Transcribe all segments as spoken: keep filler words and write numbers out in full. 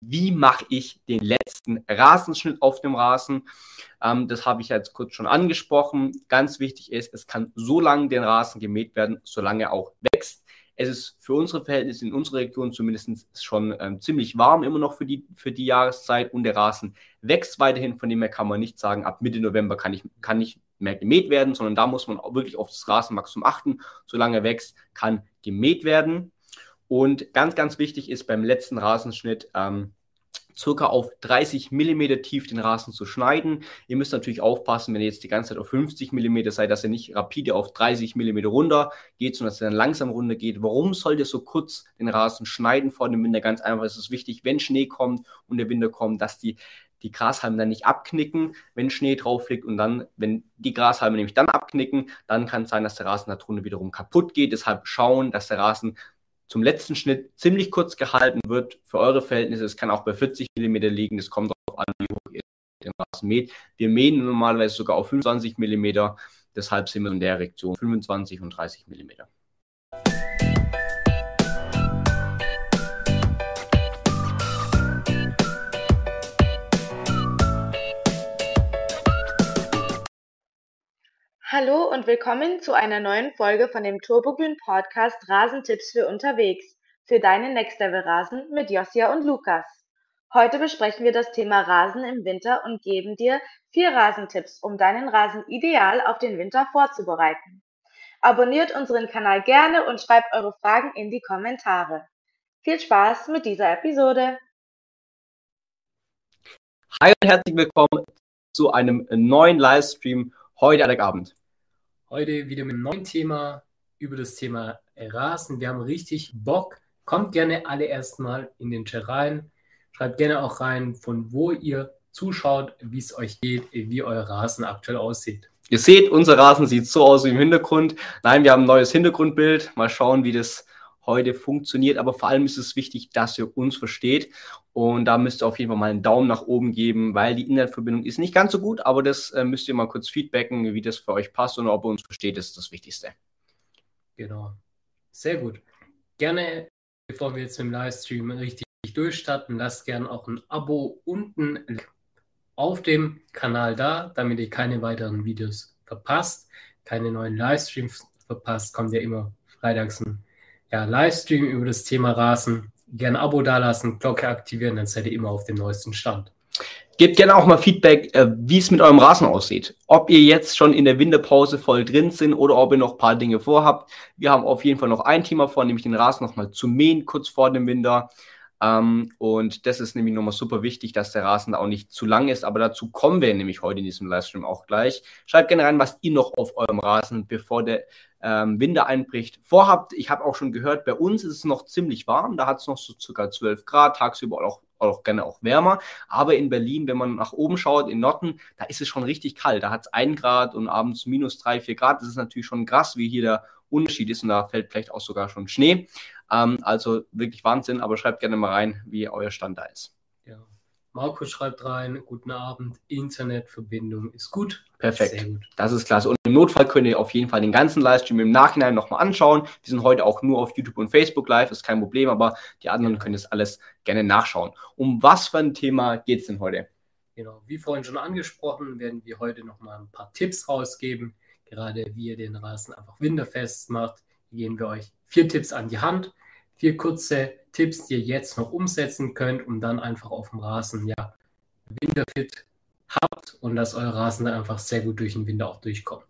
wie mache ich den letzten Rasenschnitt auf dem Rasen. Ähm, das habe ich jetzt kurz schon angesprochen. Ganz wichtig ist, es kann so lange den Rasen gemäht werden, solange er auch wächst. Es ist für unsere Verhältnisse in unserer Region zumindest schon ähm, ziemlich warm, immer noch für die, für die Jahreszeit, und der Rasen wächst weiterhin. Von dem her kann man nicht sagen, ab Mitte November kann, ich, kann nicht mehr gemäht werden, sondern da muss man auch wirklich auf das Rasenwachstum achten. Solange er wächst, kann gemäht werden. Und ganz, ganz wichtig ist beim letzten Rasenschnitt, ähm, circa auf dreißig Millimeter tief den Rasen zu schneiden. Ihr müsst natürlich aufpassen, wenn ihr jetzt die ganze Zeit auf fünfzig Millimeter seid, dass ihr nicht rapide auf dreißig Millimeter runter geht, sondern dass ihr dann langsam runter geht. Warum sollt ihr so kurz den Rasen schneiden vor dem Winter? Ganz einfach, es ist wichtig, wenn Schnee kommt und der Winter kommt, dass die die Grashalme dann nicht abknicken, wenn Schnee drauf liegt, und dann, wenn die Grashalme nämlich dann abknicken, dann kann es sein, dass der Rasen darunter wiederum kaputt geht. Deshalb schauen, dass der Rasen zum letzten Schnitt ziemlich kurz gehalten wird für eure Verhältnisse. Es kann auch bei vierzig Millimeter liegen. Es kommt darauf an, wie hoch ihr den Rasen mäht. Wir mähen normalerweise sogar auf fünfundzwanzig Millimeter. Deshalb sind wir in der Region fünfundzwanzig und dreißig Millimeter. Hallo und willkommen zu einer neuen Folge von dem Turbogrün Podcast Rasentipps für unterwegs für deinen Next Level Rasen mit Josia und Lukas. Heute besprechen wir das Thema Rasen im Winter und geben dir vier Rasentipps, um deinen Rasen ideal auf den Winter vorzubereiten. Abonniert unseren Kanal gerne und schreibt eure Fragen in die Kommentare. Viel Spaß mit dieser Episode! Hi und herzlich willkommen zu einem neuen Livestream heute Abend. Heute wieder mit einem neuen Thema über das Thema Rasen. Wir haben richtig Bock. Kommt gerne alle erstmal in den Chat rein. Schreibt gerne auch rein, von wo ihr zuschaut, wie es euch geht, wie euer Rasen aktuell aussieht. Ihr seht, unser Rasen sieht so aus wie im Hintergrund. Nein, wir haben ein neues Hintergrundbild. Mal schauen, wie das heute funktioniert. Aber vor allem ist es wichtig, dass ihr uns versteht. Und da müsst ihr auf jeden Fall mal einen Daumen nach oben geben, weil die Internetverbindung ist nicht ganz so gut. Aber das äh, müsst ihr mal kurz feedbacken, wie das für euch passt und ob ihr uns versteht, ist das Wichtigste. Genau. Sehr gut. Gerne, bevor wir jetzt mit dem Livestream richtig durchstarten, lasst gerne auch ein Abo unten auf dem Kanal da, damit ihr keine weiteren Videos verpasst, keine neuen Livestreams verpasst. Kommt ja immer freitags ein ja, Livestream über das Thema Rasen. Gerne ein Abo dalassen, Glocke aktivieren, dann seid ihr immer auf dem neuesten Stand. Gebt gerne auch mal Feedback, äh, wie es mit eurem Rasen aussieht. Ob ihr jetzt schon in der Winterpause voll drin sind oder ob ihr noch ein paar Dinge vorhabt. Wir haben auf jeden Fall noch ein Thema vor, nämlich den Rasen nochmal zu mähen, kurz vor dem Winter. Ähm, und das ist nämlich nochmal super wichtig, dass der Rasen auch nicht zu lang ist. Aber dazu kommen wir nämlich heute in diesem Livestream auch gleich. Schreibt gerne rein, was ihr noch auf eurem Rasen, bevor der ähm, Winter einbricht, vorhabt. Ich habe auch schon gehört, bei uns ist es noch ziemlich warm. Da hat es noch so circa zwölf Grad, tagsüber auch, auch gerne auch wärmer. Aber in Berlin, wenn man nach oben schaut, in Notten, da ist es schon richtig kalt. Da hat es ein Grad und abends minus drei, vier Grad. Das ist natürlich schon krass, wie hier der Unterschied ist. Und da fällt vielleicht auch sogar schon Schnee. Ähm, also wirklich Wahnsinn, aber schreibt gerne mal rein, wie euer Stand da ist. Ja. Markus schreibt rein, guten Abend, Internetverbindung ist gut. Perfekt, sehr gut. Das ist klasse. Und im Notfall könnt ihr auf jeden Fall den ganzen Livestream im Nachhinein nochmal anschauen. Wir sind heute auch nur auf YouTube und Facebook live, ist kein Problem, aber die anderen ja. können das alles gerne nachschauen. Um was für ein Thema geht es denn heute? Genau, wie vorhin schon angesprochen, werden wir heute nochmal ein paar Tipps rausgeben, gerade wie ihr den Rasen einfach winterfest macht. Hier geben wir euch vier Tipps an die Hand. Vier kurze Tipps, die ihr jetzt noch umsetzen könnt, um dann einfach auf dem Rasen ja winterfit habt und dass euer Rasen dann einfach sehr gut durch den Winter auch durchkommt.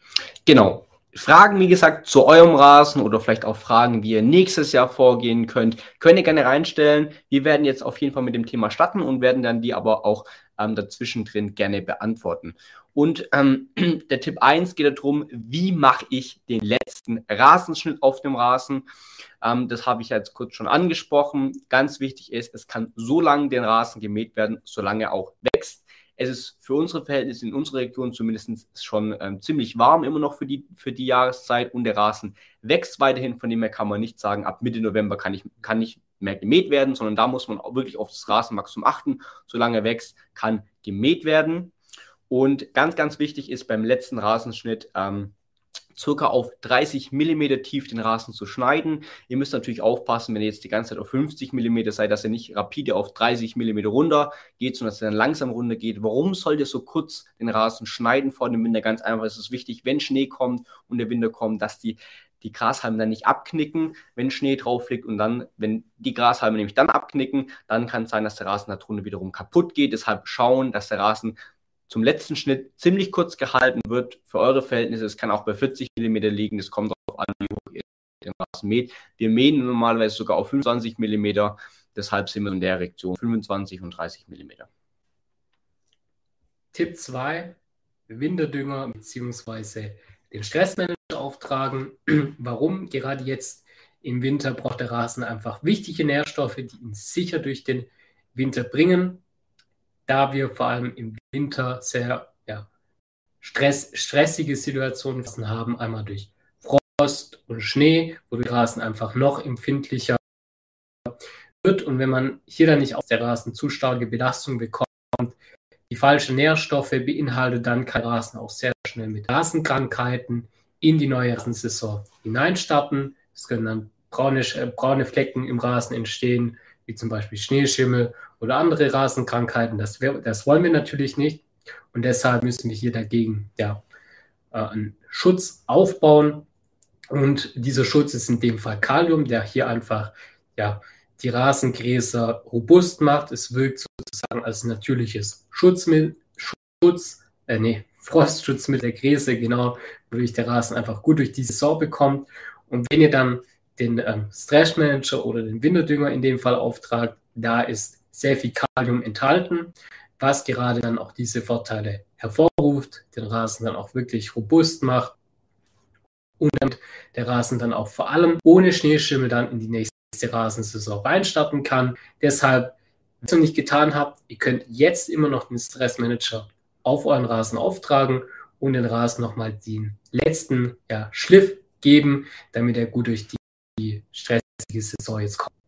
Genau. Fragen, wie gesagt, zu eurem Rasen oder vielleicht auch Fragen, wie ihr nächstes Jahr vorgehen könnt, könnt ihr gerne reinstellen. Wir werden jetzt auf jeden Fall mit dem Thema starten und werden dann die aber auch ähm, dazwischen drin gerne beantworten. Und ähm, der Tipp eins geht darum, wie mache ich den letzten Rasenschnitt auf dem Rasen? Ähm, das habe ich jetzt kurz schon angesprochen. Ganz wichtig ist, es kann so lange den Rasen gemäht werden, solange er auch wächst. Es ist für unsere Verhältnisse in unserer Region zumindest schon ähm, ziemlich warm, immer noch für die, für die Jahreszeit, und der Rasen wächst weiterhin. Von dem her kann man nicht sagen, ab Mitte November kann, ich, kann nicht mehr gemäht werden, sondern da muss man auch wirklich auf das Rasenwachstum achten. Solange er wächst, kann gemäht werden. Und ganz, ganz wichtig ist beim letzten Rasenschnitt, ähm, circa auf dreißig Millimeter tief den Rasen zu schneiden. Ihr müsst natürlich aufpassen, wenn ihr jetzt die ganze Zeit auf fünfzig Millimeter seid, dass ihr nicht rapide auf dreißig Millimeter runter geht, sondern dass ihr dann langsam runter geht. Warum sollt ihr so kurz den Rasen schneiden vor dem Winter? Ganz einfach, es ist wichtig, wenn Schnee kommt und der Winter kommt, dass die die Grashalme dann nicht abknicken, wenn Schnee drauf liegt, und dann, wenn die Grashalme nämlich dann abknicken, dann kann es sein, dass der Rasen darunter wiederum kaputt geht. Deshalb schauen, dass der Rasen zum letzten Schnitt ziemlich kurz gehalten wird für eure Verhältnisse. Es kann auch bei vierzig Millimeter liegen, es kommt darauf an, wie hoch ihr den Rasen mäht. Wir mähen normalerweise sogar auf fünfundzwanzig Millimeter, deshalb sind wir in der Region fünfundzwanzig und dreißig Millimeter. Tipp zwei, Winterdünger bzw. den Stressmanager auftragen. Warum? Gerade jetzt im Winter braucht der Rasen einfach wichtige Nährstoffe, die ihn sicher durch den Winter bringen, da wir vor allem im Winter sehr ja, Stress, stressige Situationen haben, einmal durch Frost und Schnee, wo der Rasen einfach noch empfindlicher wird, und wenn man hier dann nicht aus der Rasen zu starke Belastung bekommt, die falschen Nährstoffe beinhaltet, dann kann der Rasen auch sehr schnell mit Rasenkrankheiten in die neue Rasensaison hineinstarten. Es können dann braune, äh, braune Flecken im Rasen entstehen, wie zum Beispiel Schneeschimmel oder andere Rasenkrankheiten. Das, das wollen wir natürlich nicht, und deshalb müssen wir hier dagegen ja, äh, einen Schutz aufbauen, und dieser Schutz ist in dem Fall Kalium, der hier einfach ja, die Rasengräser robust macht. Es wirkt sozusagen als natürliches Schutzmittel, Schutz, äh, nee, Frostschutzmittel der Gräser, genau, wodurch der Rasen einfach gut durch die Saison bekommt. Und wenn ihr dann den ähm, Stressmanager oder den Winterdünger in dem Fall auftragt, da ist sehr viel Kalium enthalten, was gerade dann auch diese Vorteile hervorruft, den Rasen dann auch wirklich robust macht und damit der Rasen dann auch vor allem ohne Schneeschimmel dann in die nächste Rasensaison reinstarten kann. Deshalb, wenn ihr es noch nicht getan habt, ihr könnt jetzt immer noch den Stressmanager auf euren Rasen auftragen und den Rasen nochmal den letzten ja, Schliff geben, damit er gut durch die, die stressige Saison jetzt kommt.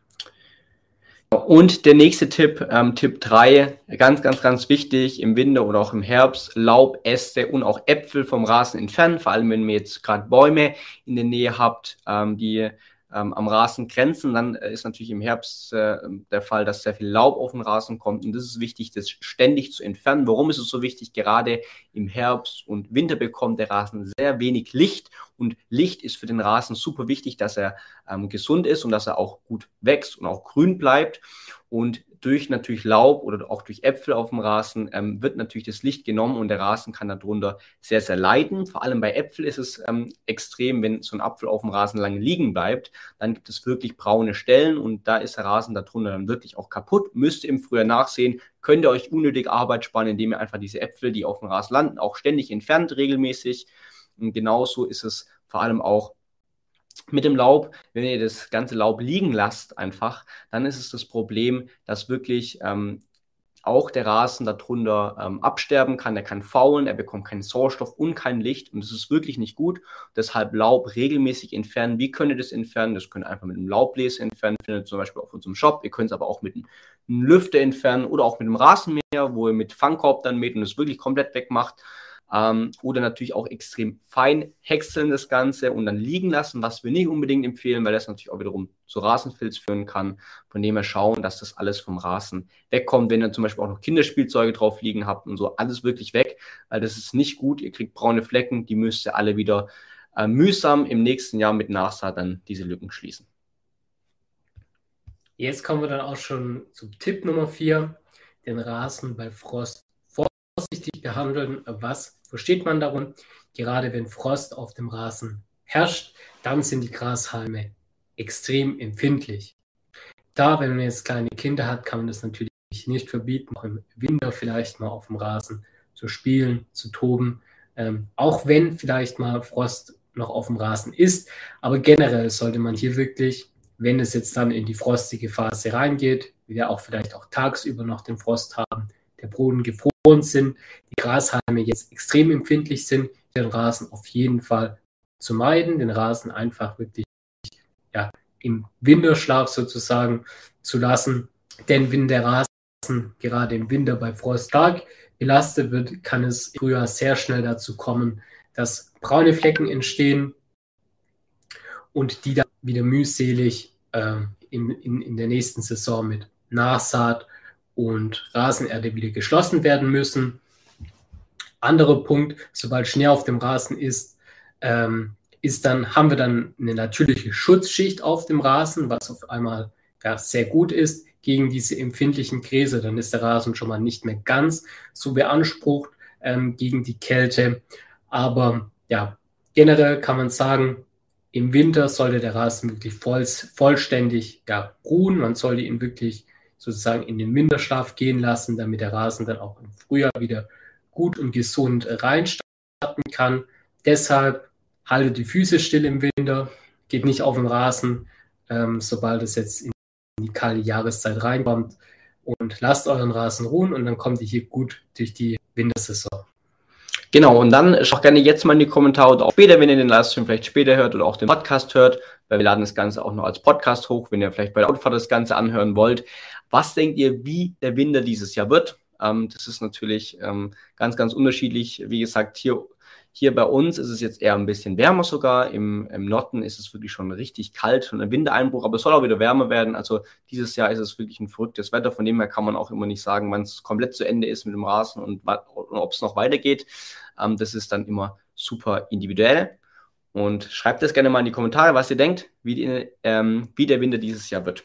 Und der nächste Tipp, ähm, Tipp drei, ganz, ganz, ganz wichtig, im Winter oder auch im Herbst, Laub, Äste und auch Äpfel vom Rasen entfernen, vor allem wenn ihr jetzt gerade Bäume in der Nähe habt, ähm, die ähm, am Rasen grenzen, dann äh, ist natürlich im Herbst äh, der Fall, dass sehr viel Laub auf den Rasen kommt, und das ist wichtig, das ständig zu entfernen. Warum ist es so wichtig? Gerade im Herbst und Winter bekommt der Rasen sehr wenig Licht, und Licht ist für den Rasen super wichtig, dass er ähm, gesund ist und dass er auch gut wächst und auch grün bleibt. Und durch natürlich Laub oder auch durch Äpfel auf dem Rasen ähm, wird natürlich das Licht genommen, und der Rasen kann darunter sehr, sehr leiden. Vor allem bei Äpfeln ist es ähm, extrem, wenn so ein Apfel auf dem Rasen lange liegen bleibt, dann gibt es wirklich braune Stellen, und da ist der Rasen darunter dann wirklich auch kaputt. Müsst ihr im Frühjahr nachsehen, könnt ihr euch unnötig Arbeit sparen, indem ihr einfach diese Äpfel, die auf dem Rasen landen, auch ständig entfernt, regelmäßig. Und genauso ist es vor allem auch mit dem Laub. Wenn ihr das ganze Laub liegen lasst einfach, dann ist es das Problem, dass wirklich ähm, auch der Rasen darunter ähm, absterben kann. Er kann faulen, er bekommt keinen Sauerstoff und kein Licht, und das ist wirklich nicht gut. Deshalb Laub regelmäßig entfernen. Wie könnt ihr das entfernen? Das könnt ihr einfach mit einem Laubbläser entfernen, findet ihr zum Beispiel auf unserem Shop. Ihr könnt es aber auch mit einem Lüfter entfernen oder auch mit einem Rasenmäher, wo ihr mit Fangkorb dann mäht und es wirklich komplett wegmacht. Ähm, oder natürlich auch extrem fein häckseln das Ganze und dann liegen lassen, was wir nicht unbedingt empfehlen, weil das natürlich auch wiederum zu Rasenfilz führen kann. Von dem her schauen, dass das alles vom Rasen wegkommt. Wenn ihr zum Beispiel auch noch Kinderspielzeuge drauf liegen habt und so, alles wirklich weg, weil das ist nicht gut. Ihr kriegt braune Flecken, die müsst ihr alle wieder äh, mühsam im nächsten Jahr mit Nachsaat dann diese Lücken schließen. Jetzt kommen wir dann auch schon zum Tipp Nummer vier, den Rasen bei Frost vorsichtig behandeln. Was versteht man darum? Gerade wenn Frost auf dem Rasen herrscht, dann sind die Grashalme extrem empfindlich. Da, wenn man jetzt kleine Kinder hat, kann man das natürlich nicht verbieten, auch im Winter vielleicht mal auf dem Rasen zu spielen, zu toben, ähm, auch wenn vielleicht mal Frost noch auf dem Rasen ist. Aber generell sollte man hier wirklich, wenn es jetzt dann in die frostige Phase reingeht, wir auch vielleicht auch tagsüber noch den Frost haben, der Boden gefroren sind, die Grashalme jetzt extrem empfindlich sind, den Rasen auf jeden Fall zu meiden, den Rasen einfach wirklich ja, im Winterschlaf sozusagen zu lassen. Denn wenn der Rasen gerade im Winter bei Frost stark belastet wird, kann es früher sehr schnell dazu kommen, dass braune Flecken entstehen und die dann wieder mühselig äh, in, in, in der nächsten Saison mit Nachsaat und Rasenerde wieder geschlossen werden müssen. Anderer Punkt, sobald Schnee auf dem Rasen ist, ähm, ist dann, haben wir dann eine natürliche Schutzschicht auf dem Rasen, was auf einmal ja, sehr gut ist gegen diese empfindlichen Gräser. Dann ist der Rasen schon mal nicht mehr ganz so beansprucht ähm, gegen die Kälte. Aber ja, generell kann man sagen, im Winter sollte der Rasen wirklich voll, vollständig ja, ruhen. Man sollte ihn wirklich sozusagen in den Winterschlaf gehen lassen, damit der Rasen dann auch im Frühjahr wieder gut und gesund reinstarten kann. Deshalb haltet die Füße still im Winter, geht nicht auf den Rasen, ähm, sobald es jetzt in die kalte Jahreszeit reinkommt, und lasst euren Rasen ruhen und dann kommt ihr hier gut durch die Wintersaison. Genau, und dann schaut gerne jetzt mal in die Kommentare oder auch später, wenn ihr den Livestream vielleicht später hört oder auch den Podcast hört, weil wir laden das Ganze auch noch als Podcast hoch, wenn ihr vielleicht bei der Autofahrt das Ganze anhören wollt. Was denkt ihr, wie der Winter dieses Jahr wird? Ähm, das ist natürlich ähm, ganz, ganz unterschiedlich. Wie gesagt, hier, hier bei uns ist es jetzt eher ein bisschen wärmer sogar. Im, im Norden ist es wirklich schon richtig kalt, schon ein Wintereinbruch, aber es soll auch wieder wärmer werden. Also dieses Jahr ist es wirklich ein verrücktes Wetter. Von dem her kann man auch immer nicht sagen, wann es komplett zu Ende ist mit dem Rasen und, und ob es noch weitergeht. Ähm, das ist dann immer super individuell. Und schreibt das gerne mal in die Kommentare, was ihr denkt, wie, die, ähm, wie der Winter dieses Jahr wird.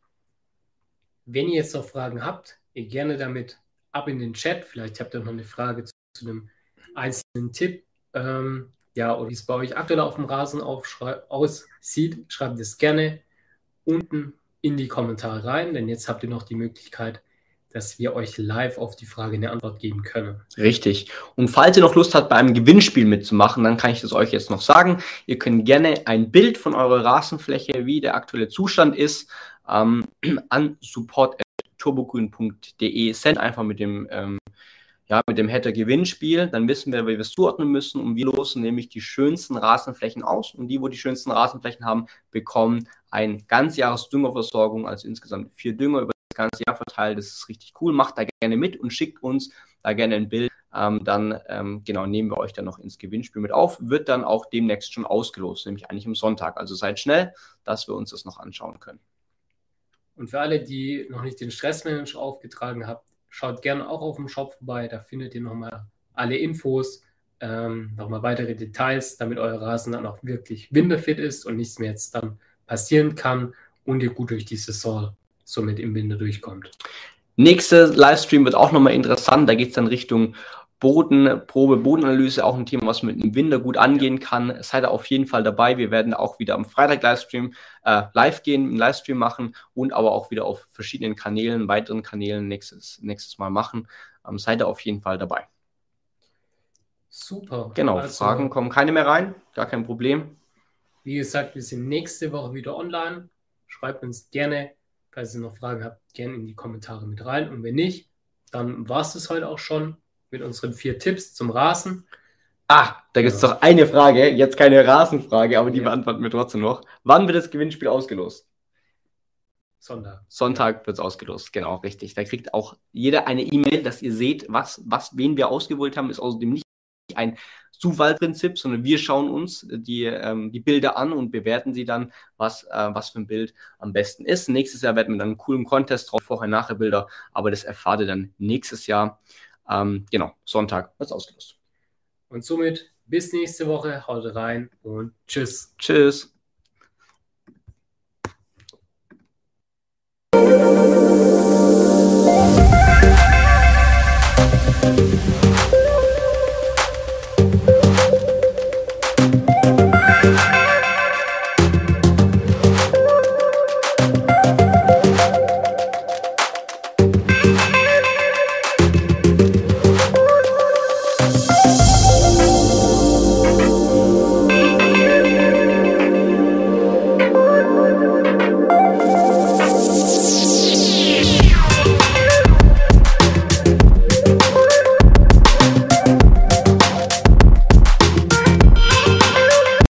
Wenn ihr jetzt noch Fragen habt, ihr gerne damit ab in den Chat. Vielleicht habt ihr noch eine Frage zu, zu einem einzelnen Tipp. Ähm, ja, oder wie es bei euch aktuell auf dem Rasen aussieht, schreibt es gerne unten in die Kommentare rein, denn jetzt habt ihr noch die Möglichkeit, dass wir euch live auf die Frage eine Antwort geben können. Richtig. Und falls ihr noch Lust habt, bei einem Gewinnspiel mitzumachen, dann kann ich das euch jetzt noch sagen. Ihr könnt gerne ein Bild von eurer Rasenfläche, wie der aktuelle Zustand ist, ähm, an support at turbogrün punkt de senden, einfach mit dem ähm, ja, mit dem Header Gewinnspiel. Dann wissen wir, wie wir es zuordnen müssen, und wir losen nämlich die schönsten Rasenflächen aus, und die, wo die schönsten Rasenflächen haben, bekommen eine Ganzjahresdüngerversorgung, also insgesamt vier Dünger über das ganze Jahr verteilt. Das ist richtig cool. Macht da gerne mit und schickt uns da gerne ein Bild. Ähm, dann ähm, genau nehmen wir euch dann noch ins Gewinnspiel mit auf. Wird dann auch demnächst schon ausgelost, nämlich eigentlich am Sonntag. Also seid schnell, dass wir uns das noch anschauen können. Und für alle, die noch nicht den Stressmanager aufgetragen habt, schaut gerne auch auf dem Shop vorbei. Da findet ihr nochmal alle Infos, ähm, nochmal weitere Details, damit euer Rasen dann auch wirklich winterfit ist und nichts mehr jetzt dann passieren kann und ihr gut durch die Saison somit im Winter durchkommt. Nächster Livestream wird auch nochmal interessant. Da geht es dann Richtung Bodenprobe, Bodenanalyse, auch ein Thema, was man im Winter gut angehen kann. Seid auf jeden Fall dabei. Wir werden auch wieder am Freitag Livestream äh, live gehen, einen Livestream machen und aber auch wieder auf verschiedenen Kanälen, weiteren Kanälen nächstes, nächstes Mal machen. Ähm, seid ihr auf jeden Fall dabei. Super. Genau, also, Fragen kommen keine mehr rein, gar kein Problem. Wie gesagt, wir sind nächste Woche wieder online. Schreibt uns gerne, falls ihr noch Fragen habt, gerne in die Kommentare mit rein. Und wenn nicht, dann war es das heute auch schon mit unseren vier Tipps zum Rasen. Ah, da gibt es ja. doch eine Frage, jetzt keine Rasenfrage, aber die ja. beantworten wir trotzdem noch. Wann wird das Gewinnspiel ausgelost? Sonntag. Sonntag ja. wird es ausgelost, genau, richtig. Da kriegt auch jeder eine E-Mail, dass ihr seht, was, was, wen wir ausgewählt haben. Ist außerdem nicht ein Zufallprinzip, sondern wir schauen uns die, ähm, die Bilder an und bewerten sie dann, was, äh, was für ein Bild am besten ist. Nächstes Jahr werden wir dann einen coolen Contest drauf, Vorher-Nachher-Bilder, aber das erfahrt ihr dann nächstes Jahr. Ähm, genau, Sonntag wird es ausgelost. Und somit bis nächste Woche, haut rein und tschüss. Tschüss.